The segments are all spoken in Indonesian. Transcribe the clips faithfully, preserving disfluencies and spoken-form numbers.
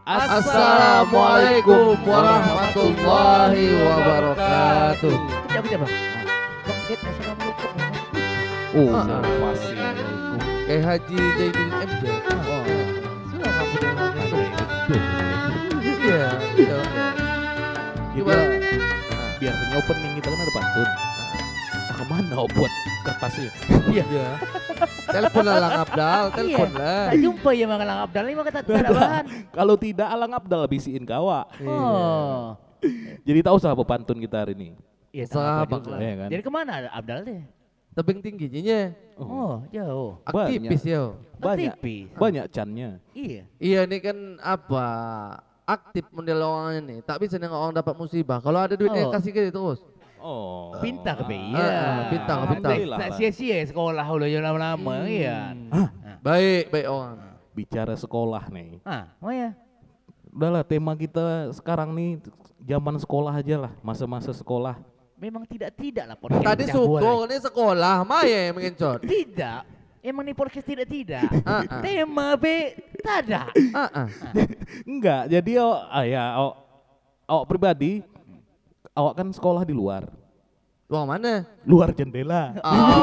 Assalamualaikum warahmatullahi wabarakatuh. Kejap, kejap bang. Bang Ded, assalamualaikum. Oh, Ah. pasti. Kayak Haji Jainuddin M J. Wah, sudah kamu dengan Iya, iya. Jadi Gimana? biasanya opening kita kan ada pantun. Ah, kemana oh, buat kertasnya? Iya. Telepon lah Lang Abdal, telepon lah. Tak jumpa ya Mang Abdal ini maka tak ada bahan. Kalau tidak Alang Abdal bisiin kawa. Oh. Jadi tak usah apa pantun kita hari ini. Iya, Sahabat tak apa juga. lah, ya kan? Jadi kemana Abdal deh? Tebing tingginya. Oh, jauh. Aktivis ya. Banyak, Aktivis. banyak cannya. Iya. Iya ini kan apa? Aktif model orangnya nih. Tak bisa nengok orang dapat musibah. Kalau ada duitnya Oh. kasih ke dia terus. Oh. Pintar ke be. Ah, Iya. ah, pintar, pintar. Tak- Tak sia-sia sekolah udah yang lama-lama iya. Baik, baik orang. Bicara sekolah nih. Ah, oh ya. Udahlah tema kita sekarang nih zaman sekolah aja lah, masa-masa sekolah. Memang tidak-tidak lah podcast Tadi pecah bola. syukur ini sekolah, Maya yang mengencot. Tidak. Emang nih podcast tidak-tidak. Ah, ah. Tema be tidak. Ah, ah. Enggak, jadi oh, ah, ya, awak, awak pribadi, awak kan sekolah di luar, Luang mana? luar jendela.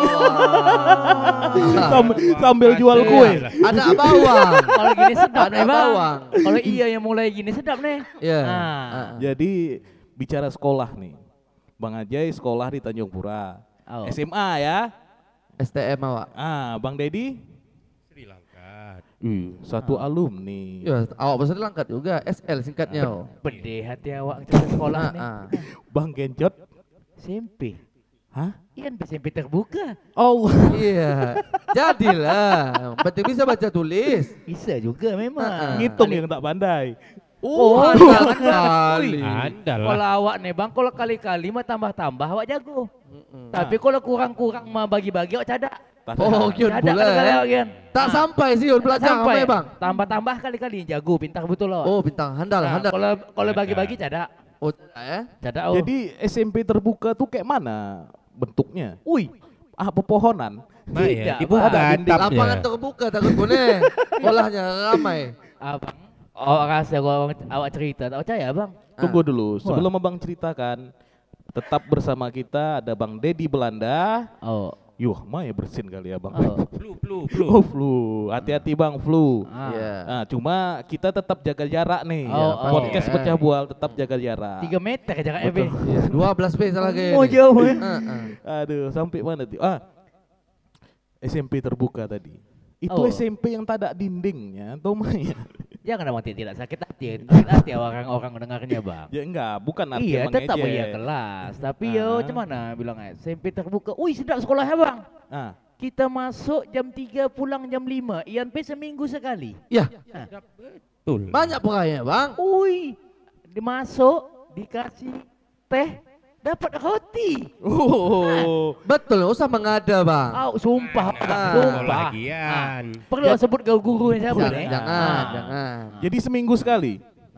Allah. sambil, sambil jual kue. Ada bawang. Kalau gini sedap Ada nih bang. bawang. Kalau iya yang mulai gini sedap nih. Iya. Ah. Ah, ah. Jadi bicara sekolah nih, Bang Ajay sekolah di Tanjung Pura, Oh. S M A ya. S T M awak. Ah, Bang Dedi, Sri Lanka. Ih, satu alumni. Ya, awak besar langkat juga. S L singkatnya. Oh. Pedih hati awak cerita sekolah Ah, nih. ah. Bang Gencot, S M P. hah? Ikan S M P terbuka. Allah. Iya. Jadilah. Penting bisa baca tulis. Bisa juga Ah, ah. memang. Ngitung yang tak pandai. Oh, Oh, andal andal. kali. Andal Kalau lah. awak nih bang, kalau kali-kali mah tambah-tambah awak jago. Mm-mm. Tapi kalau kurang-kurang mah bagi-bagi awak cadak. Tak Oh, ada. Gion Cadak pula. kali-kali eh. awak Gion. Tak Ah. sampai sih Yun belajar apa Sampai ya, Bang? Tambah-tambah kali-kali jago, pintar betul awak. Oh, bintang handal, Nah, handal. kalau kalau bagi-bagi cadak. Oh, eh? Cadak oh. Jadi S M P terbuka tuh kayak mana bentuknya? Wih, Ah, pepohonan. Nah, Tidak, ya, dibuka Bang. atapnya. Lapangan terbuka takut boleh. Sekolahnya ramai. abang. Awak rasa kalau awak, awak cerita, tak percaya bang? Tunggu dulu, sebelum Abang ceritakan, tetap bersama kita ada Bang Dedi Belanda. Oh, Yuh, mah ya bersin kali ya Bang. oh. Flu, flu, flu. Oh, flu. Hati-hati Bang, flu. Ah. Iya. Nah, cuma kita tetap jaga jarak nih. Oh, Ya, oh. Podcast Iya. pecah bual tetap jaga jarak. Tiga meter jaraknya be. Iya, dua belas P salah kayak Oh ini. jauh ya. Ah, ah. Aduh, sampai mana tuh? Ah, S M P terbuka tadi. Itu Oh. S M P yang tak ada dindingnya, atau Maya? Jangan abang tidak sakit hati, sakit hati orang-orang mendengarnya bang. Ya enggak, bukan arti Iya, tetap mengejek. iya kelas. Tapi Ah. yo, cuman bilang S M P terbuka. Wih, sedap sekolahnya bang. Ah, Kita masuk jam tiga, pulang jam lima. I N P seminggu sekali. Ya, Betul. banyak pokoknya, Bang. Wih, dimasuk, dikasih teh, dapat roti. oh, Betul, usah mengada, Bang. Oh, sumpah, Ah. Bang, Oh, sumpah. lagian. Perlu sebut kau guru yang siapa Jangan, nih? jangan, Ah. jangan. jadi seminggu sekali.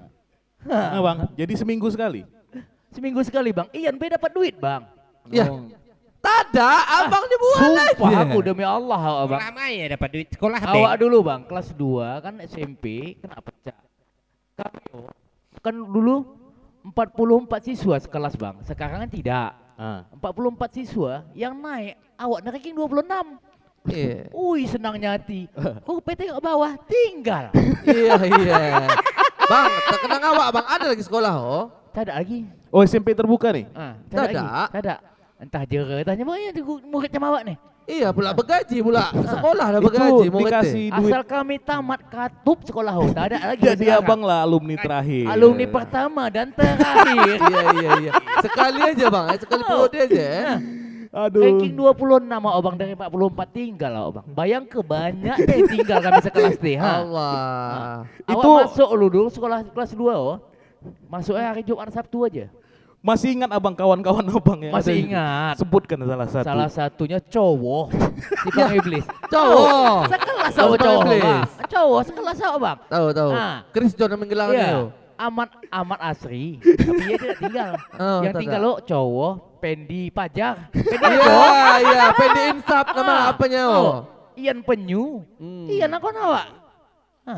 Nah, Bang, jadi seminggu sekali. Seminggu sekali bang, Ian B dapat duit bang. Ya. Oh. Tada, abang dibuat Sumpah aja. aku demi Allah awak bang. Lama ya dapat duit sekolah Awak Bang. dulu bang, kelas dua kan S M P, kenapa pecah? Kami oh, kan dulu empat puluh empat siswa sekelas bang, sekarang kan tidak. Ah. empat puluh empat siswa yang naik, awak ranking dua puluh enam. Iya, Wih senangnya hati. Kok P T ke bawah, tinggal. iya, iya. Bang, terkenang awak, Bang. Ada lagi sekolah, oh. Tidak lagi. Oh, S M P terbuka nih. Ah, Tak tidak lagi. ada. Tidak. Entah jera, tanya mana murid macam awak nih. Iya, pula bergaji pula. Sekolah dah Itu bergaji, murid dikasih teh. duit. Asal kami tamat katup sekolah oh, tak ada lagi. Jadi sekarang. abang lah alumni terakhir. Alumni pertama dan terakhir. Iya, iya, iya. Sekali aja, Bang. eh. Sekali perut dia aja. eh. Aduh. Ranking dua puluh enam oh, bang dari empat puluh empat tinggal oh, bang. Bayang ke banyak deh tinggal kami sekelas deh. Ha? Allah. Awak Itu- masuk lu dulu sekolah kelas dua oh. Masuknya hari Jumat Sabtu aja. Masih ingat abang kawan-kawan abang yang Masih ada? ingat. Sebutkan salah satu. Salah satunya cowok si Bang Iblis. Cowok. Sekelas Oh, awak Bang cowok. Iblis. Bang. Cowok sekelas awak bang. Tahu, tahu. Ah. Chris John yang menggelarnya. Iya. yo. Amat Amat Asri. Tapi dia tidak tinggal. Oh, Yang tak tinggal ada. lo cowok Pendi Pajar. Pendi Iya, Pajar. iya. Pendi insaf nama Ah. apanya, Oh, oh. Ian Penyu. Hmm. Ian aku awak. Hah.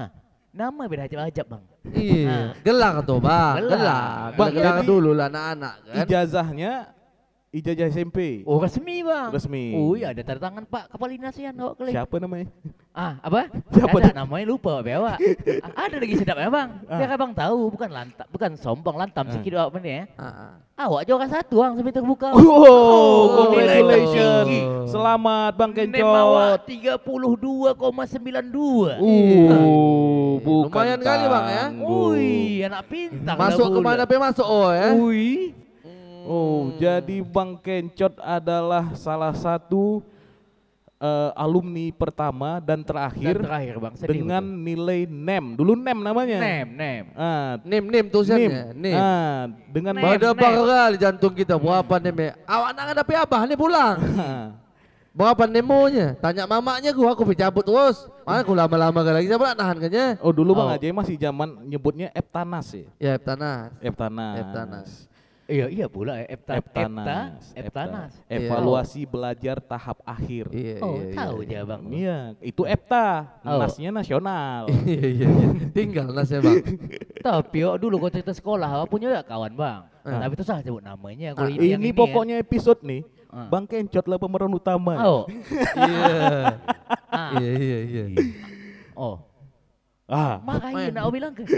Nama beda ajab-ajab bang. Iya, gelar tuh bang, Gelar. gelar. Bang, Gelar jadi- dulu lah anak-anak kan. Ijazahnya ijazah S M P. Oh resmi bang. Resmi. Oh iya ada tanda tangan Pak Kepala Dinasian awak kelih. Siapa namanya? Ah apa? Siapa ada tuh? namanya lupa bewa. Ah, ada lagi sedapnya bang. Ah. Biar abang tahu bukan lantam, bukan sombong lantam Ah. sikit awak ini ya. Ah, ah. Awak juara satu bang sampai terbuka. Oh, nilai congratulations. tinggi. Selamat Bang Nem awak Kencot. tiga puluh dua koma sembilan dua. Uh, bukan Lumayan kali, Bang, ya. tangguh. Wih, anak pintar. Masuk lah ke mana bulan. pe masuk oh ya. Wih. Oh, jadi Bang Kencot adalah salah satu eh, alumni pertama dan Dan terakhir terakhir bang. sedih dengan betul. nilai nem. Dulu nem namanya. nem nem. Ah, Nim nim tulisannya, nim. Ah, dengan Nem. Pada nem. bakal jantung kita berapa nim ya? Awak nak ada pe abah nih pulang. Berapa nemonya? Tanya mamaknya gua, aku cabut terus. Mana aku lama-lama gak lagi siapa nak nahan kayaknya. Oh, dulu Bang Oh. Ajay masih zaman nyebutnya Eptanas ya. Ya tanah. Eptanas. Eptanas. Iya iya pula ya. Epta, Eptanas. Epta, Eptanas. Epta- Evaluasi belajar tahap akhir. Iya, Oh iya, tahu iya. dia bang. Iya, itu Epta, Oh. nasnya nasional. Iya iya iya. Tinggal nasnya bang. Tapi oh, dulu kau cerita sekolah, awak punya gak kawan bang? Ah. Tapi itu salah sebut namanya. Ah, Kalau ini, yang Ini ini pokoknya episode nih, Ah. Bang Kencot lah pemeran utama. Ya. Oh. Iya. Ah. Iya iya iya. Oh. Ah, Makanya Main. nak bilang ke.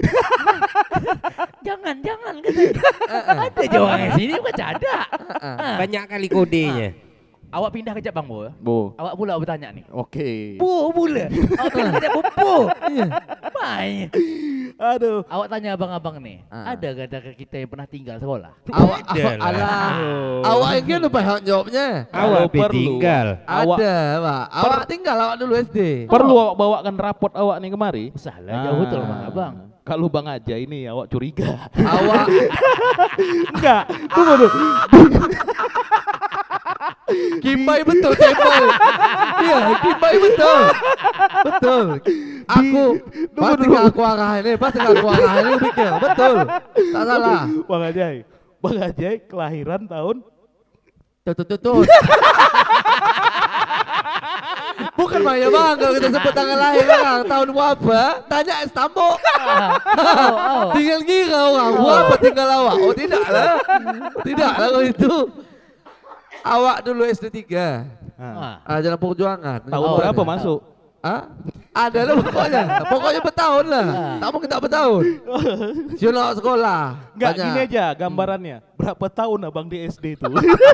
jangan jangan katanya. Ada je orang yang sini bukan ada. Ah. Banyak kali kodenya. Awak pindah kejap bang Bo. Bu. Awak pula bertanya nih. Oke. Bu pula. Awak pindah kejap Bu. Bu. Iya. Main. Aduh. Awak tanya abang-abang nih, Ah. ada gak ada kita yang pernah tinggal sekolah? Awak Ada awak lah. alah. Oh. Awak yang gini banyak jawabnya. Awak Kalau perlu. tinggal. Awak- Ada, Pak. Awak tinggal awak dulu S D. Perlu awak bawakan rapot awak nih kemari? Salah jauh betul bang Ah. abang. Kalau Bang Ajay ini awak curiga. Awak Enggak, tunggu dulu. Kimbai betul tembel. Iya, Kimbai betul. Betul. Aku pas tinggal aku arah ini, pas tinggal aku arah ini pikir betul. Tak salah. Bang Ajay. Bang Ajay kelahiran tahun Tut tut tut, tut. Bukan Maya bang, kalau kita sebut tanggal lahir bang, tahun berapa? Tanya Istanbul. Oh, oh. Tinggal ngira orang, berapa tinggal awak? Oh tidak lah, tidak lah kalau itu. Awak dulu S D tiga, Ah. ah, Jalan Perjuangan. tahun Oh, berapa ada. masuk? Ah? Ada lah pokoknya, pokoknya bertahun lah. Tak mungkin tak bertahun. Siapa nak sekolah? Enggak, Banyak. gini aja gambarannya. Berapa tahun abang di S D itu?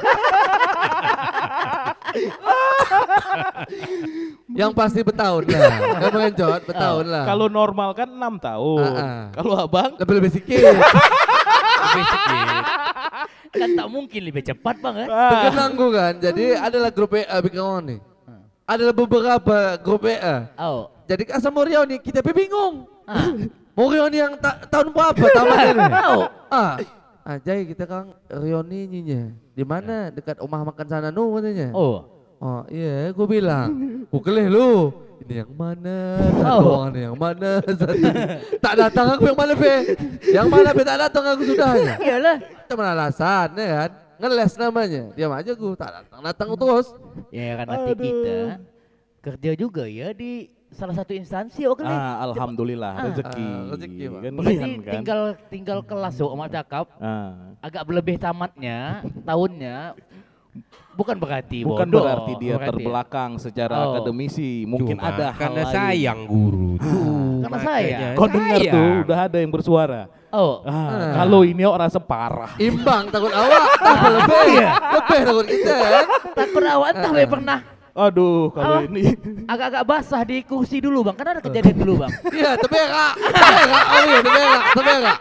Yang pasti bertahun lah. Kan mengenjot bertahun lah. Kalau normal kan enam tahun. Ah, ah. Kalau abang lebih-lebih sikit. Lebih sedikit. Kan tak mungkin lebih cepat bang eh? ah, Terkenang gue kan. Jadi adalah grup W A bikin orang nih. Adalah beberapa grup W A. Oh. Jadi asal Morio nih kita pe bingung. Ah. Morio nih yang ta- tahun berapa tamatnya nih? Tahu. Ah. Ah, Jai kita kan Rioni nyinya. Di mana? Dekat rumah makan sana nu katanya. Oh. Oh iya, gue bilang, gue kelih lu. Ini yang mana? Satu Oh. orang nih yang mana? Satu. Tak datang aku yang mana pe? Yang mana pe tak datang aku sudah. Iyalah. Kita mana alasan ya kan? Ngeles namanya. Diam aja gue tak datang datang terus. Ya kan mati kita kerja juga ya di salah satu instansi oke nih. ah, alhamdulillah Ah. rezeki. Ah, rezeki, Bang. Kan Berarti kan, kan? tinggal tinggal kelas so Omar cakap Ah. agak berlebih tamatnya tahunnya bukan berarti Bukan bodoh. berarti dia Berarti- terbelakang secara Oh. akademisi. Mungkin Cuma ada hal karena lain. sayang guru tuh. Karena Makanya sayang. Kau dengar sayang. tuh udah ada yang bersuara. Oh. Ah, Ah. Kalau ini orang separah. Imbang takut awak, apa lebih? Iya. Lebih takut kita kan? Takut awak entah be pernah Aduh, kalau Ah. ini agak-agak basah di kursi dulu bang. Kan ada kejadian dulu bang. Iya, teberak. Teberak, oh iya teberak, teberak.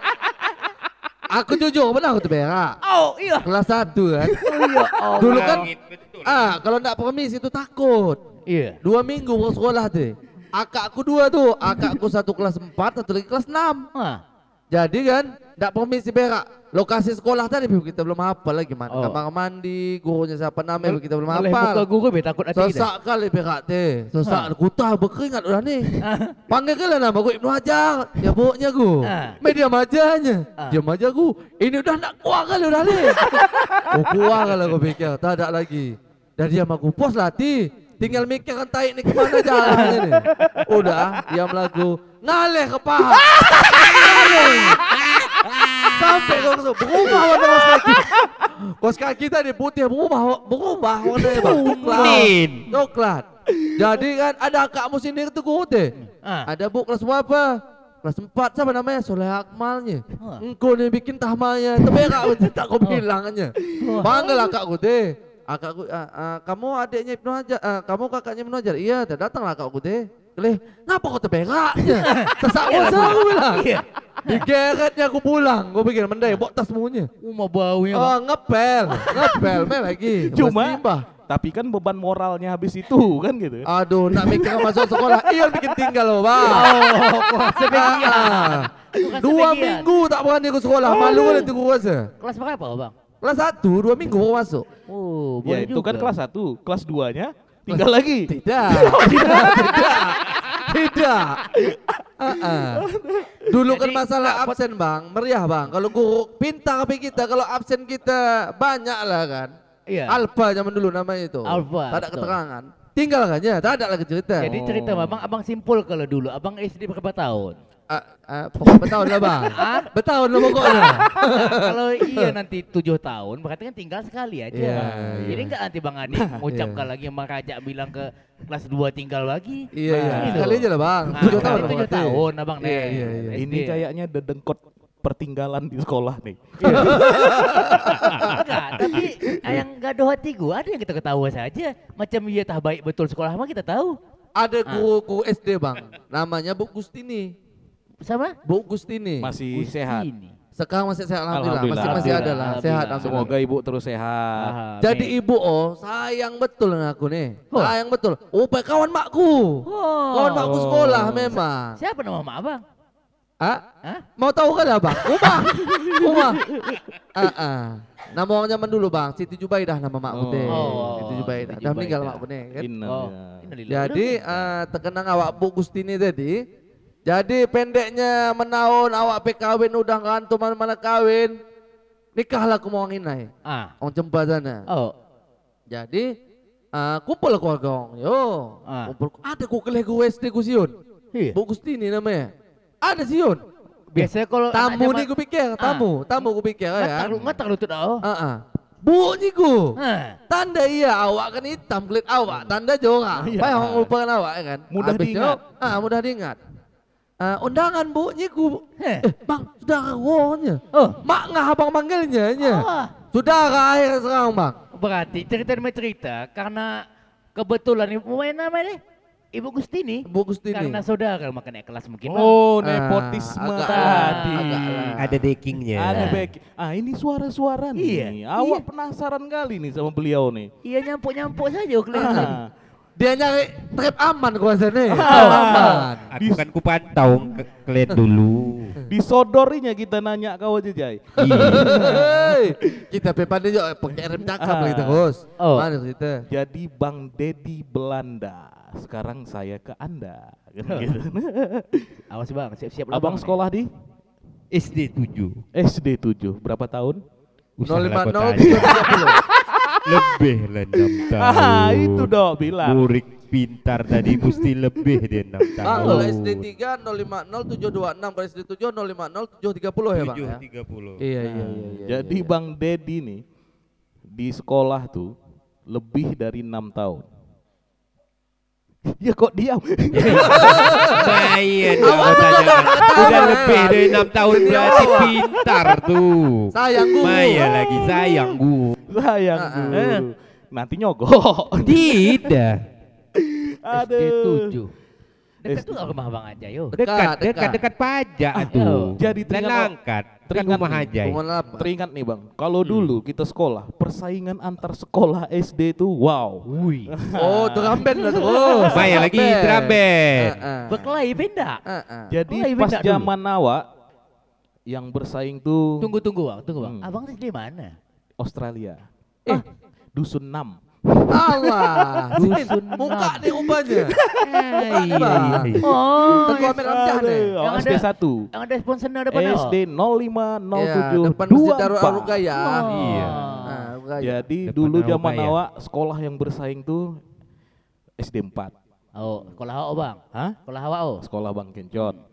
Aku jujur, pernah aku teberak. Oh iya. Kelas satu kan. Oh iya. Oh. Dulu kan, Langit, betul. ah kalau ndak permis itu takut. Iya. Dua minggu mau sekolah tuh. Akakku dua tuh, akakku satu kelas empat, satu lagi kelas enam. Ah. Jadi kan, ndak permisi berak. Lokasi sekolah tadi kita belum hafal lagi mana. Oh. Kamar mandi, gurunya siapa namanya kita belum Oleh muka hafal. guru be takut hati kita. Sesak kali berak teh. Sesak kutah berkeringat udah nih. Panggil ke lah nama gue Ibnu Hajar. Ya buknya gue. Ah. Media majanya. Ah. Dia maja gue. Ini udah nak kuah kali udah nih. Oh kuah kali gue pikir. Tak ada lagi. Dan dia sama gue pos latih. Tinggal mikir kan taik nih kemana jalannya nih. Udah diam lagu. ngaleh ke paha. Ngaleh. Sampai kau kesel, berubah warna kaos kaki. Kaos kaki tadi putih berubah, berubah warnanya bang. Kuning. Coklat. Jadi kan ada kakakmu sendiri tuh putih. Ah. Ada bu kelas berapa? Kelas empat siapa namanya? Soleh Akmalnya. Ah. Engkau nih bikin tahmanya. Teberak betul tak kau bilangnya. Panggil akakku deh. Akakku, ah, ah, kamu adiknya Ibnu Hajar, ah, kamu kakaknya Ibnu Hajar. Iya, datanglah akakku deh. Kelih, ngapa kau teberaknya? Sesak bosan aku bilang. Iya. Digeretnya aku pulang. Gue pikir mendai, bawa tas semuanya. Rumah baunya. Oh ngepel, ngepel, mel lagi. Cuma, Limbah. tapi kan beban moralnya habis itu kan gitu. Aduh, nak mikir masuk sekolah. Iya bikin tinggal loh, bang. Oh, kuasa bagian. Ah, Kuasa dua bagian. minggu tak berani ke sekolah. Malu kan itu kuasa. Kelas berapa bang? Kelas satu, dua minggu baru masuk. Oh, Ya boleh itu kan juga. kelas satu, kelas duanya tinggal lagi. Tidak, tidak, tidak, tidak. Ah, ah. Dulu kan Jadi, masalah nggak pot- absen bang, meriah bang. Kalau guru pintar tapi kita, kalau absen kita banyak lah kan. Iya. Alfa zaman dulu namanya itu. Alfa, Tak ada betul. keterangan. Tinggal kan ya, tak ada lagi cerita. Jadi cerita abang, abang simpul kalau dulu. Abang S D berapa tahun? Ah, ah, pokoknya bertahun lah bang. Bertahun lah pokoknya. Kalau iya nanti tujuh tahun, berarti kan tinggal sekali aja. Iya, Jadi iya. enggak nanti Bang Adi mengucapkan Iya. lagi sama Raja bilang ke kelas dua tinggal lagi. Iya, iya. Gitu. Sekali aja lah bang. Nah, Tujuh berarti tahun. tujuh berarti. tahun abang nih. Iya, iya, iya. S D. Ini kayaknya dedengkot pertinggalan di sekolah nih. Enggak, tapi yang enggak ada hati gua ada yang kita ketawa saja. Macam iya tah baik betul sekolah mah kita tahu. Ada guru-guru S D bang, namanya Bu Gustini. Sama? Bu Gustini. Masih sehat. Ini. Sekarang masih sehat alhamdulillah, Alhamdulillah. masih masih ada lah, Alhamdulillah. sehat Alhamdulillah. alhamdulillah. Semoga ibu terus sehat. Ah, Jadi nih. ibu oh sayang betul dengan aku nih, Oh. sayang betul. Oh, pak kawan makku, Oh. kawan makku sekolah memang. Siapa nama mak abang? Ah, Hah? mau tahu kan abang? Umah, Umah. Ah, ah. Nama orang zaman dulu bang, Siti Jubaidah nama makku Oh. deh. Oh, Siti Jubaidah. Siti Dah meninggal Jubaidah. makku nih kan. Innalillah. Oh, innalillah. Jadi Udah, eh, terkenang awak Bu Gustini tadi. Jadi pendeknya menaun awak pe kawin udah ngantuk mana-mana kawin. Nikahlah aku mau orang inai. ah. Orang Jempa sana. Oh. Jadi uh, kumpul keluarga orang. Yo, Ah. kumpul. Ada ku kelih ku S D ku Sion. Iya. Bu Gustini namanya. Ada Sion. Biasanya kalau anak Tamu zaman- nih ku pikir, tamu, tamu ku pikir Nggak ya. tak- nggak tak lutut oh. Ah, ah. Bu ni ku. Hah. Tanda iya awak kan hitam kulit awak, tanda jorang. Iya. Baik orang lupakan awak ya kan. Mudah Habis diingat. itu, Ah, mudah diingat. Ah, undangan bu nyiku. Heh. Eh, bang, saudara gua Oh. Mak ngah abang manggilnya nya. Ah. Saudara akhir sekarang bang. Berarti cerita demi cerita karena kebetulan ibu main nama nih Ibu Gustini. Bu Gustini. Karena saudara makan naik kelas mungkin. Bang. Oh, Ah, nepotisme agak- tadi. agak lah. Ada backingnya. Ada back. Ah, ini suara-suara Iya, nih. Awak iya. penasaran kali nih sama beliau nih. Iya nyampuk-nyampuk saja kelihatan. Ah, Dia nyari trip aman gua nih. Ah. Aman. Aku kan ku pantau ke kalian dulu. disodorinya kita nanya kau aja Jai. Hei, kita pepan dia pakai rem cakap Ah. gitu bos. Oh. Mana kita? Jadi Bang Dedi Belanda. Sekarang saya ke Anda. Kan gitu. Awas bang, siap-siap Abang nih. sekolah di S D tujuh. S D tujuh. Berapa tahun? Usah nol lima lah kau nol tanya. tiga puluh. Lebih lah enam tahun. Ah, itu dong bilang. Murid pintar tadi mesti lebih dia enam Bang, kalau tahun. S D tiga nol lima nol tujuh dua enam, kalau S D tujuh nol lima nol tujuh tiga puluh ya bang tujuh ya? tiga puluh. Iya iya iya. iya Jadi iya. Bang Dedi nih di sekolah tuh lebih dari enam tahun. Ya kok diam? Saya dah kau tanyakan. Udah lebih dari enam tahun berarti pintar tuh. Sayang guru. Maya lagi sayang guru. Sayang Ah, ah. guru. Nanti nyogok. Tidak. S D Aduh. tujuh. Dekat S D. tuh rumah bang aja yo. Dekat, Dekat, dekat. dekat, dekat pajak Ah, tuh. jadi Dan teringat- langkat. Dekat teringat rumah nih, aja. Pengumuman apa? Teringat nih Bang, kalau dulu kita sekolah, persaingan antar sekolah S D tuh wow. Wih. Oh, drum band lah terus. Maya lagi drum band. Ah, ah. Berkelahi benda. Ah, ah. Jadi Oh, iya, pas beda dulu. zaman awak yang bersaing tuh Tunggu tunggu bang, tunggu bang. Hmm. Abang dari mana? Australia. Eh. Eh, dusun enam. Allah. Dusun Muka enam. nih ubahnya. Iya, iya, iya. Oh, Tengku Amir Ramjah nih. Aduh, Yang S D ada- satu. yang ada sponsor depan S D nol lima nol Iya, tujuh depan dua Masjid Darul empat. Arugaya. Iya. Nah, Arugaya. Jadi Depan dulu zaman Arugaya. awak sekolah yang bersaing tuh S D empat. Oh, sekolah awak bang. Hah? Sekolah awak oh. Sekolah Bang Kencot.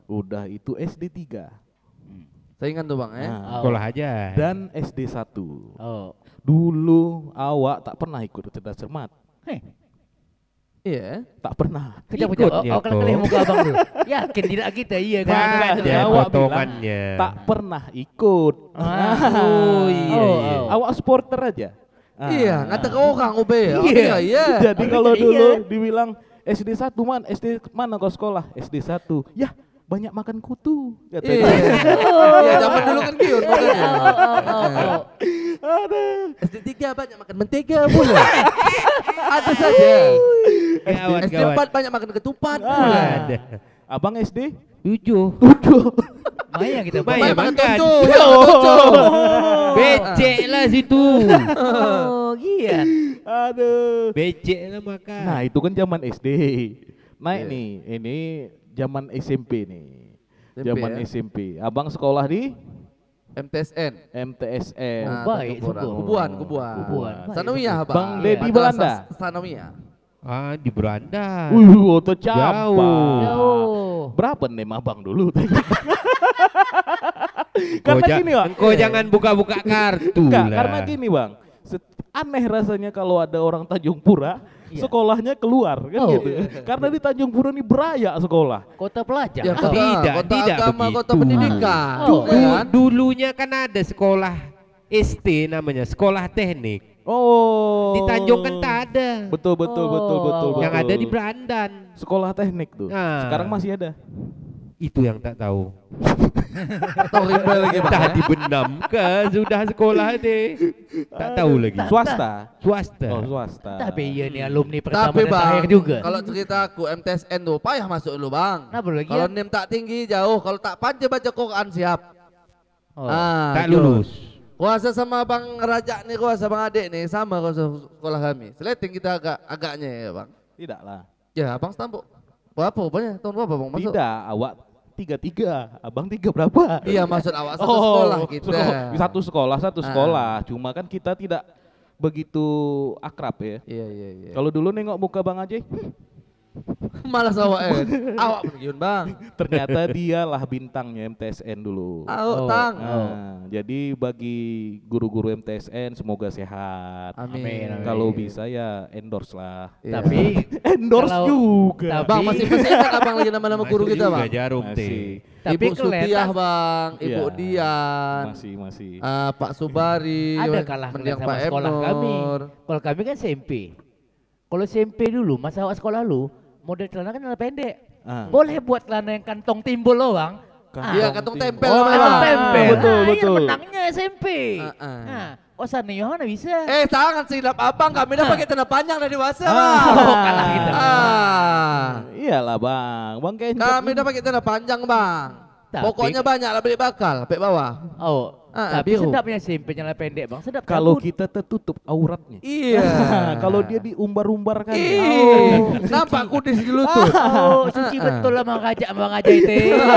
Udah itu S D tiga. Saingan tuh bang ya. Nah, Sekolah aja. dan S D satu. Oh. Dulu awak tak pernah ikut cerdas cermat. Heh. Iya. Tak pernah. Kejap Ikut kejap. dia, Oh, kalau kelih kok. muka abang dulu. Yakin tidak kita iya kan? Kan, Kan. Ada awak potongannya. Tak pernah ikut. Ah, oh iya Oh, iya. oh. Awak supporter aja. Ah. Iya, ngata ke orang ube. Iya. Iya, iya. Jadi kalau Iya. dulu dibilang S D satu man, S D mana kau sekolah? S D satu. Yah, banyak makan kutu. Iya. Katanya. Iya, zaman dulu kan giur makanya. Oh, oh, oh, oh. Aduh. S D tiga banyak makan mentega pula. Ada saja. Gawat, S D gawat. empat banyak makan ketupat Ah. pula. Ada. Abang S D? Tujuh. Maya kita Maya, Banyak bayar. makan makan. tonco. Ya, tonco. Becek lah situ. Oh, gian. Aduh. Becek lah makan. Nah, itu kan zaman S D. Naik Iya. nih, ini zaman S M P nih. S M P Zaman ya. S M P. Abang sekolah di M T S N. M T S N. Oh, Nah, baik, Tanjung Pura. sungguh. Kubuan, kubuan. Kubuan. Baik, Sanawiyah, sungguh. Bang. Bang Dedi Madrasah Belanda. Sanawiyah. Ah, di beranda. Uh, tuh cabang. Jauh. Jauh. Berapa nih abang dulu? Engkau Karena ja- gini, Pak. Engkau jangan buka-buka kartu Enggak, lah. karena gini bang, set- aneh rasanya kalau ada orang Tanjung Pura, Iya. sekolahnya keluar kan Oh. gitu. Karena di Tanjung Pura ini berayak sekolah. Kota pelajar. Ya, kota, Tidak, kota tidak agama, begitu. kota pendidikan. Oh. Ya kan? Dulunya kan ada sekolah S T namanya, sekolah teknik. Oh. Di Tanjung kan tak ada. Betul betul Oh, betul betul. wow. Yang betul. ada di Berandan. sekolah teknik tuh. Nah. Sekarang masih ada. Itu yang tak tahu. Tahu rimba lagi bang. Entah ya? dibenam ke sudah sekolah deh. Tak tahu lagi. Swasta. Swasta. Oh swasta. Tapi iya nih alumni pertama Tapi dan terakhir bang, juga. kalau cerita aku M T S N tuh payah masuk dulu bang. Kenapa lagi Kalau ya? nim tak tinggi jauh, kalau tak pandai baca Quran siap. Oh. Ah, Tak Jod. lulus. Kuasa sama bang Raja nih, kuasa bang Adik nih sama kuasa sekolah kami. Seleting kita agak agaknya ya bang. Tidak lah. Ya abang setampuk. Berapa rupanya? Tahun berapa bang masuk? Tidak, awak tiga tiga, abang tiga berapa? Iya maksud awak satu sekolah kita. seko- satu sekolah, satu Ah. sekolah. Cuma kan kita tidak begitu akrab ya. Iya iya iya. Kalau dulu nengok muka Bang Ajay, Malas awak ya. Awak pergiun bang. ternyata dialah bintangnya M T S N dulu. Awak Oh. tang. Nah, jadi bagi guru-guru M T S N semoga sehat. Amin. Amin, amin. Kalau bisa ya endorse lah. Iya. Tapi Endorse Kalau- juga. tapi- Bang masih masih ingat abang lagi nama-nama guru Masuk kita juga bang? Jarum Masih. teh. Tapi Ibu Sutiah kelihatan- bang, Ibu Iya. Dian, Masih masih. ah, Pak Subari, ada kalah mendiang sama Pak sekolah kami. Emnur. Kalau kami kan S M P. Kalau S M P dulu, masa awak sekolah lu, model celana kan celana pendek. Ah. Boleh buat celana yang kantong timbul loh bang. Kantong Iya kantong timbul. tempel Oh, namanya, Kantong Bang. tempel. Ah, betul, Nah, iya betul. menangnya S M P. Ah, ah. Nah, oh sana Yohana bisa. Eh jangan silap abang, kami dah pakai celana panjang dari dewasa Ah. bang. Oh, kalah kita. Ah. Iyalah bang, bang Kencot. Kami dah pakai celana panjang bang. Tapi- Pokoknya banyak lah beli bakal, sampai bawah. Oh, Ah, tapi biru. sedapnya S M P celana pendek bang, sedap. Kalau cabut. kita tertutup auratnya. Iya. Kalau dia diumbar-umbar kan. Ih, nampak kudis di lutut. Oh, suci betul lah Bang Raja, Bang Raja itu.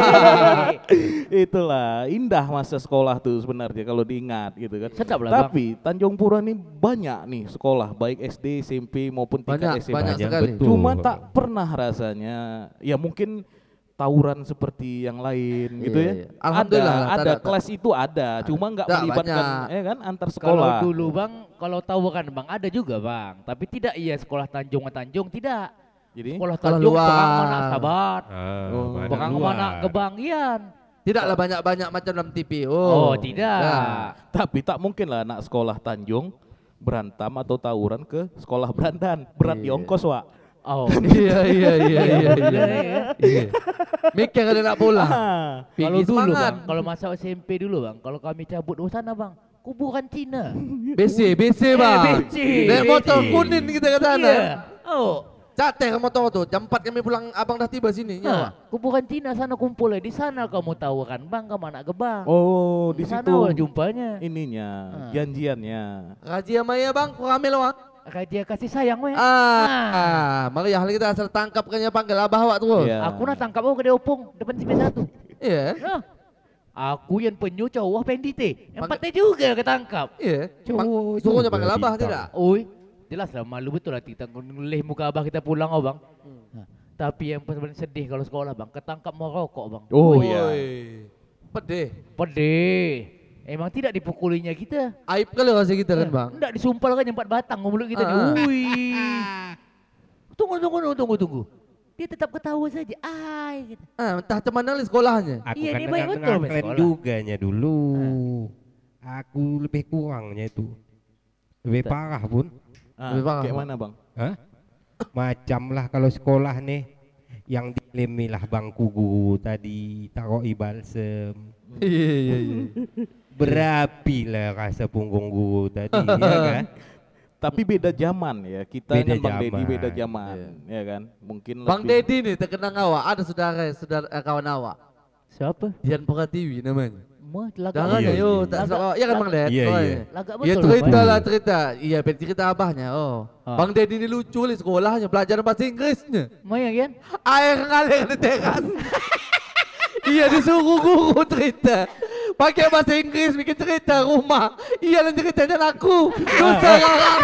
Itulah indah masa sekolah tuh sebenarnya kalau diingat gitu kan. Sedap lah, Bang. Tapi Tanjung Pura ini banyak nih sekolah baik S D, S M P maupun tingkat Banyak, S M A. banyak Banyak, sekali. betul. Cuma tak pernah rasanya ya mungkin tawuran seperti yang lain gitu Iya, ya. iya. Alhamdulillah lah, ada, tak ada ada, kelas itu ada, cuma nggak Tak melibatkan banyak. ya kan antar Kalau sekolah. dulu Bang, kalau tahu kan Bang ada juga Bang, tapi tidak iya sekolah Tanjung Tanjung tidak. Jadi Sekolah Sekolah Tanjung luar. perang mana Sabat, Ah, Oh. mana perang luar. mana Kebanggian. Tidaklah banyak-banyak macam dalam T V. Oh, Oh, tidak. Ya. tapi tak mungkin lah anak sekolah Tanjung berantem atau tawuran ke sekolah Berandan. Berat di Iya. ongkos, Wak. Oh. Iya iya iya iya iya. Iya. Iya. Mikir ada nak pulang. Ah, Kalau Pergi dulu semangat. Bang, kalau masa S M P dulu Bang, kalau kami cabut di sana Bang, kuburan Cina. B C B C bang. B C. Naik motor kuning kita ke sana. Iya. Oh. Catek motor tu. Jam empat kami pulang, abang dah tiba sini. Nah, Nyawa. kuburan Cina sana kumpul di sana kamu tahu kan Bang, kamu anak Gebang. Oh, di sana situ awal jumpanya. ininya, Ah. janjiannya. Raja Maya bang, kau ambil awak. Raja kasih sayang weh. Ah, ah. Mari ahli kita asal tangkap kan panggil abah awak tu. Iya. Aku nak tangkap aku ke opung depan C P satu. Iya. Nah, aku yang penyu cowok pendite. Empatnya juga ketangkap. Iya. Cowok Pang- Suruhnya juga panggil abah bintang. tidak? Oi, jelas lah malu betul lah kita ngelih muka abah kita pulang oh bang. Nah, Tapi yang paling sedih kalau sekolah bang, ketangkap mau rokok bang. Oh Woi, iya. Pedih. Pedih. Emang tidak dipukulinya kita. Aib kali rasa kita kan bang. Enggak disumpal kan empat batang mulut kita nih. Ah. Wih. Tunggu tunggu tunggu tunggu tunggu. Dia tetap ketawa saja. Ai gitu. Ah, entah cuman dari sekolahnya. Aku Iya, kan ini baik dengan betul, Mas, keren sekolah. juga nya dulu. Aku lebih kurangnya itu. Lebih parah pun. Ah, Lebih parah, kayak Bang. mana bang? Hah? Macam lah kalau sekolah nih. Yang dilemi lah bangku guru tadi. Taroi balsem. Iya iya iya. Berapi lah rasa punggung guru tadi. Ya kan? Tapi beda zaman ya, kita Beda dengan Bang Dedi zaman. beda zaman, ya kan? Mungkin Bang lebih- Dedi nih terkenang awak, ada saudara saudara eh, kawan awak. Siapa? Dian Pratiwi namanya. Mah lagak Jangannya Iya, yo, iya. tak Lagak- sama. Iya kan Bang Ded? Iya, Oh, iya. Lagak Iya betul. cerita Bang. lah cerita. Iya ben cerita abahnya. Oh. Ah. Bang Dedi ini lucu li sekolahnya, belajar bahasa Inggrisnya. Maya kan? Air ngalir di teras. Iya disuruh guru cerita. Pakai bahasa Inggris bikin cerita rumah. Iya dan ceritanya aku. Susah orang.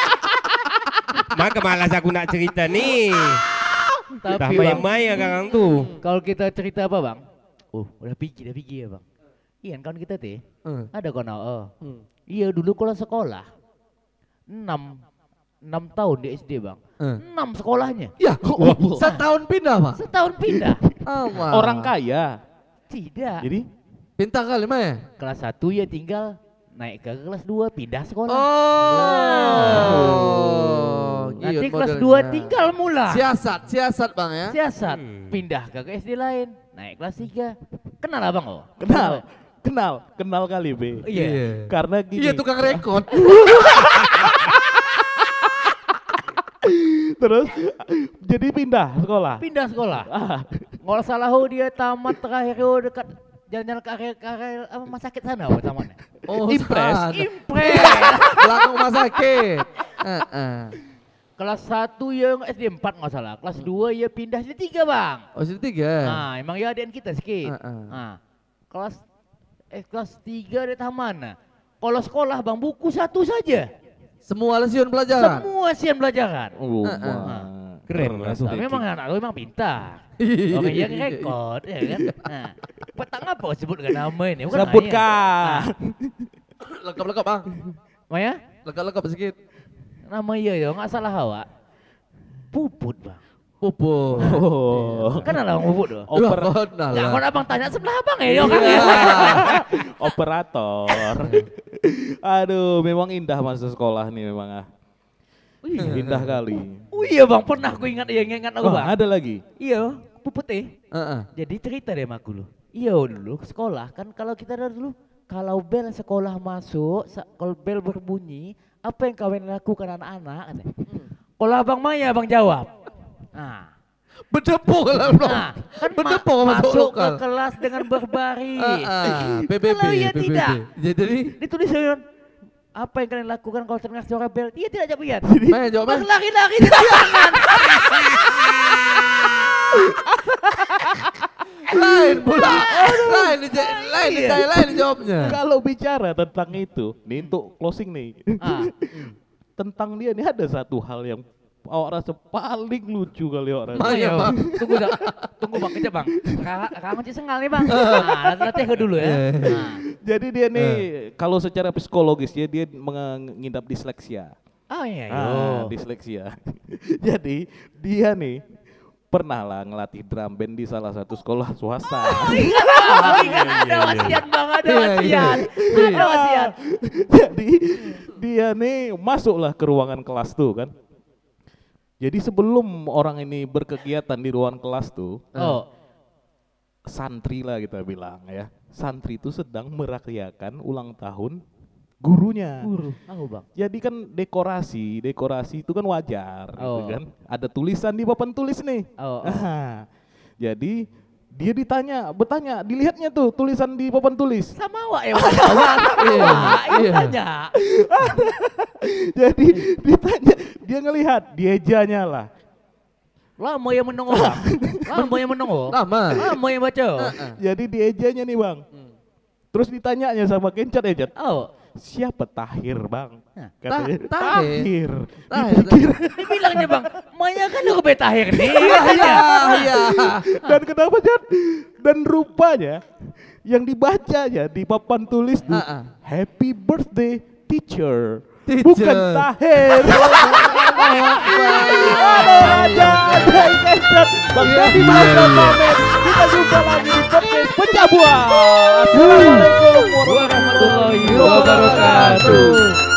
Maka malas aku nak cerita nih. Dah Tapi bang, main-main sekarang tuh. kalau kita cerita apa bang? Oh, udah pikir, udah pikir ya bang. Iya kan kita teh, Hmm. ada kawan oh. Hmm. Iya dulu kalau sekolah, enam, enam tahun di S D bang, Hmm. enam sekolahnya, Ya, setahun pindah Pak. setahun pindah. Aman. orang kaya. Tidak. Jadi pintar kali mah ya? Kelas satu ya tinggal naik ke kelas dua pindah sekolah. Oh. Nanti Giot kelas modelnya. dua tinggal mula. Siasat, siasat Bang ya. Siasat, Hmm. pindah ke S D lain, naik kelas tiga. Kenal abang oh? kenal, kenal, kenal kali B. Iya. Karena gini. Iya tukang rekod. Terus jadi pindah sekolah. Pindah sekolah. Ah, Kalau salah oh, dia tamat terakhir oh, dekat jalan-jalan ke akhir, ke akhir apa rumah sakit sana apa tamatnya? Oh, Impres. sana. Impres. Belakang rumah sakit. Heeh. Kelas satu yang S D empat nggak salah. Kelas dua ya pindah S D tiga bang. Oh, situ tiga. Nah, emang ya adik kita sedikit. Heeh. Nah, kelas eh, kelas tiga dia taman. Nah, kalau sekolah bang buku satu saja. Semua lesion pelajaran. Semua sian pelajaran. oh, Ah, ah. wah. Keren lah tuh. Tapi memang anak lu memang pintar. Iya. Oke, yang rekod, ya kan? Nah, petang apa kau sebut dengan nama ini? Bukan Sebutkan. Lekap-lekap Bang. Maya, Lekap-lekap sedikit. nama iya ya, nggak salah awak. Puput bang. Puput. Oh. Kenal abang Puput tuh? Oper Nah, Ya, lah. kalau abang tanya sebelah abang ya, kan ya. operator. Aduh, memang indah masa sekolah nih memang ah. Indah kali. Oh iya bang, pernah aku ingat ya, ingat aku Oh, bang. ada lagi. Iya, Puput eh. Heeh. Jadi cerita deh sama aku lu. Iya dulu sekolah kan kalau kita dari dulu kalau bel sekolah masuk, sa- kalau bel berbunyi, apa yang kalian lakukan anak-anak? katanya. Kalau abang Maya abang jawab. Nah, Berdepok lah Bang. nah kan ma- Berdepok masuk masuk ke lokal. kelas dengan berbaris. Heeh. P B B. Kalau iya P B B. tidak. Jadi Ditulis dengan apa yang kalian lakukan kalau terdengar suara bel? Dia tidak jawab iya. Maya jawab Pas Maya. lari-lari di tangan. Lain pula. Lain dija- lain Iya. dija- lain jawabnya. Kalau bicara tentang itu, nih untuk closing nih. Ah, Tentang dia nih ada satu hal yang awak rasa paling lucu kali awak rasa. Maya, Maya, Bang. tunggu dah, tunggu bang, kejap bang. Kangen sih sengal nih bang. Nah, latih ke dulu ya. Nah. Jadi dia nih kalau secara psikologis ya dia mengidap disleksia. Oh iya, iya. Ah, disleksia. Jadi dia nih pernah lah ngelatih drum band di salah satu sekolah swasta. Oh, ingat bang, ingat ada wasiat bang, ada Iya, iya. wasiat, ada wasiat. Jadi dia nih masuklah ke ruangan kelas tuh kan. Jadi sebelum orang ini berkegiatan di ruangan kelas tuh, Oh, santri lah kita bilang ya. Santri itu sedang merayakan ulang tahun gurunya. guru, tahu bang. Jadi kan dekorasi, dekorasi itu kan wajar gitu Oh. kan. Ada tulisan di papan tulis nih. Oh, oh. Ah, jadi dia ditanya, bertanya, dilihatnya tuh tulisan di papan tulis. Sama awak ya bang. Awak, Iya, awak, iya. itu tanya. Jadi ditanya, dia ngelihat, diejanya lah. Lama yang menunggu bang, lama yang menunggu, Lama. lama yang baca. Jadi diejanya nih bang. Terus ditanyanya sama Kencat ya Cat. Oh, siapa Tahir bang? Nah, Katanya, Ta- Tahir. Tahir. Tahir. Dibilangnya bang, Maya kan udah betahir nih. Iya, iya. Dan kenapa Jan? Dan rupanya yang dibacanya di papan tulis tuh Ah, ah. Happy Birthday Teacher, Teacher. bukan Tahir. Halo Raja, ada Ikan Bang Dedi Bangsa pamit. Kita jumpa lagi di podcast Pecah Buah. Assalamualaikum warahmatullahi Warahmatullahi wabarakatuh.